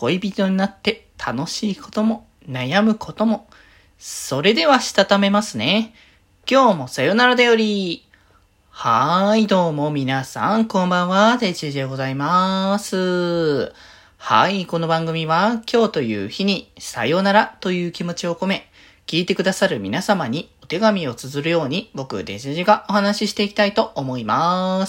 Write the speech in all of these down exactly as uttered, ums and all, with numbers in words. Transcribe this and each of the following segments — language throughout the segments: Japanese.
恋人になって楽しいことも悩むことも。それではしたためますね。今日もさよならだより。はーい、どうも皆さん、こんばんは、てちでございます。はい、この番組は今日という日にさよならという気持ちを込め、聞いてくださる皆様にお手紙を綴るように僕、デジェジがお話ししていきたいと思います。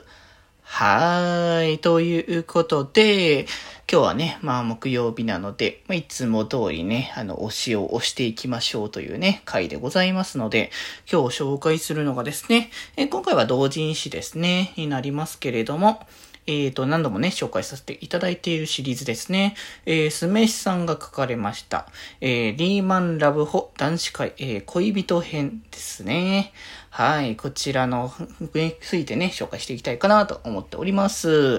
はーい。ということで、今日はね、まあ木曜日なので、まあ、いつも通りね、あの、推しを推していきましょうというね、回でございますので、今日紹介するのがですね、え今回は同人誌ですね、になりますけれども、えーと、何度もね、紹介させていただいているシリーズですね。えー、酢飯さんが書かれました。えー、リーマンラブホ男子会、えー、恋人編ですね。はい、こちらのについてね、紹介していきたいかなと思っております。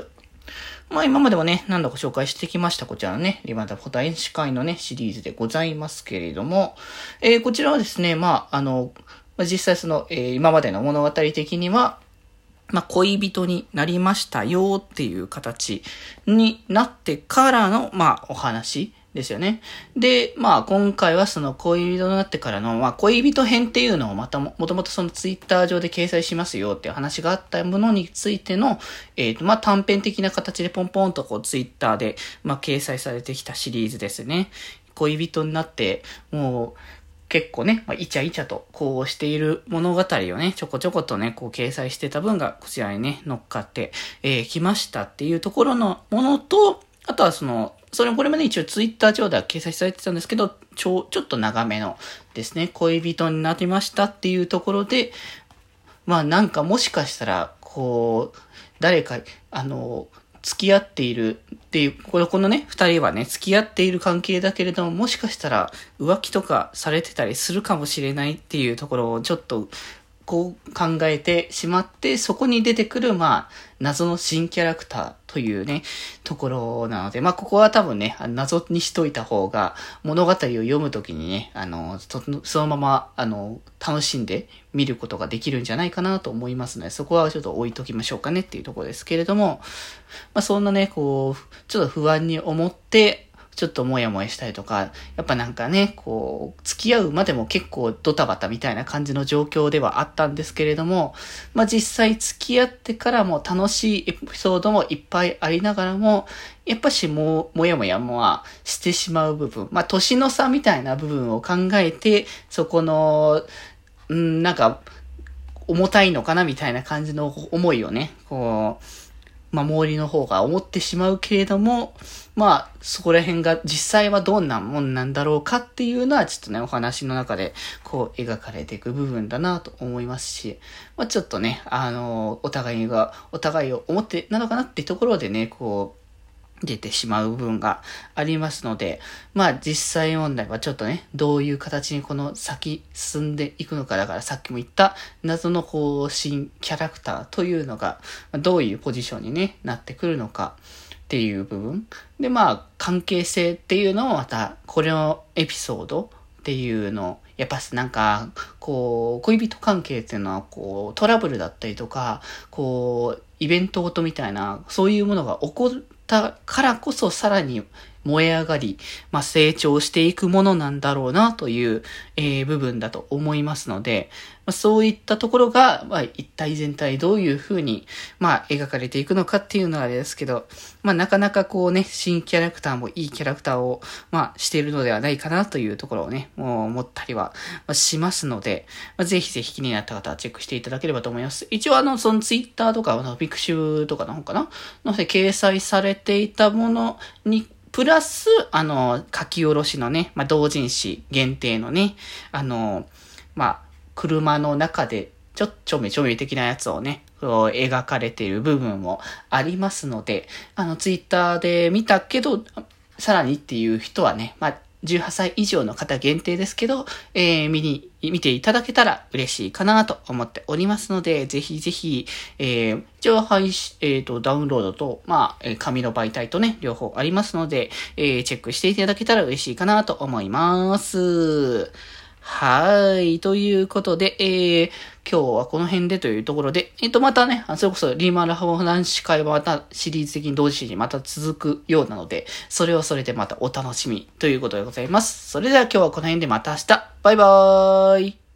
まあ今までもね、何度か紹介してきました、こちらのね、リーマンラブホ男子会のね、シリーズでございますけれども、えー、こちらはですね、まあ、あの、実際その、えー、今までの物語的には、まあ、恋人になりましたよっていう形になってからの、まあ、お話ですよね。で、まあ、今回はその恋人になってからの、まあ、恋人編っていうのをまたも、もともとそのツイッター上で掲載しますよっていう話があったものについての、えっと、まあ、短編的な形でポンポンとこうツイッターで、まあ、掲載されてきたシリーズですね。恋人になって、もう、結構ね、まあ、イチャイチャとこうしている物語をね、ちょこちょことね、こう掲載してた分がこちらにね、乗っかって、えー、来ましたっていうところのものと、あとはその、それもこれまで一応ツイッター上では掲載されてたんですけど、ちょ、ちょっと長めのですね、恋人になりましたっていうところで、まあなんかもしかしたら、こう、誰か、あの、付き合っているっていう、この、このね、二人はね、付き合っている関係だけれども、もしかしたら浮気とかされてたりするかもしれないっていうところをちょっと、こう考えてしまって、そこに出てくる、まあ、謎の新キャラクターというね、ところなので、まあ、ここは多分ね、謎にしといた方が、物語を読むときにね、あの、そのまま、あの、楽しんで見ることができるんじゃないかなと思いますので、そこはちょっと置いときましょうかねっていうところですけれども、まあ、そんなね、こう、ちょっと不安に思って、ちょっともやもやしたりとか、やっぱなんかね、こう、付き合うまでも結構ドタバタみたいな感じの状況ではあったんですけれども、まあ実際付き合ってからも楽しいエピソードもいっぱいありながらも、やっぱしも、もやもやもしてしまう部分、まあ年の差みたいな部分を考えて、そこの、んなんか、重たいのかなみたいな感じの思いをね、こう、守りの方が思ってしまうけれども、まあ、そこら辺が実際はどんなもんなんだろうかっていうのは、ちょっとね、お話の中で、こう、描かれていく部分だなと思いますし、まあちょっとね、あの、お互いが、お互いを思ってなのかなっていうところでね、こう、出てしまう部分がありますので、まあ実際問題はちょっとね、どういう形にこの先進んでいくのか、だからさっきも言った謎のこう新キャラクターというのがどういうポジションにね、なってくるのかっていう部分。でまあ関係性っていうのをまたこれのエピソードっていうのをやっぱなんか、こう、恋人関係っていうのは、こう、トラブルだったりとか、こう、イベントごとみたいな、そういうものが起こったからこそさらに燃え上がり、まあ成長していくものなんだろうなという、えー、部分だと思いますので、まあ、そういったところが、まあ一体全体どういうふうに、まあ描かれていくのかっていうのはあれですけど、まあなかなかこうね、新キャラクターもいいキャラクターを、まあしているのではないかなというところをね、もう思ったりはしますので、まあ、ぜひぜひ気になった方はチェックしていただければと思います。一応あの、そのツイッターとか、あの、ピクシブとかの方かなので掲載されていたものに、プラス、あの、書き下ろしのね、まあ、同人誌限定のね、あの、まあ、車の中で、ちょっちょめちょめ的なやつをね、描かれている部分もありますので、あの、ツイッターで見たけど、さらにっていう人はね、まあ、じゅうはっさい以上の方限定ですけど、えー、見に、見ていただけたら嬉しいかなと思っておりますので、ぜひぜひ、えー、一応配信、えっと、ダウンロードと、まあ、紙の媒体とね、両方ありますので、えー、チェックしていただけたら嬉しいかなと思います。 はーい。ということで、えー、今日はこの辺でというところで、えっと、またね、それこそリーマンラボ男子会はまたシリーズ的に同時にまた続くようなので、それはそれでまたお楽しみということでございます。それでは今日はこの辺でまた明日。バイバーイ。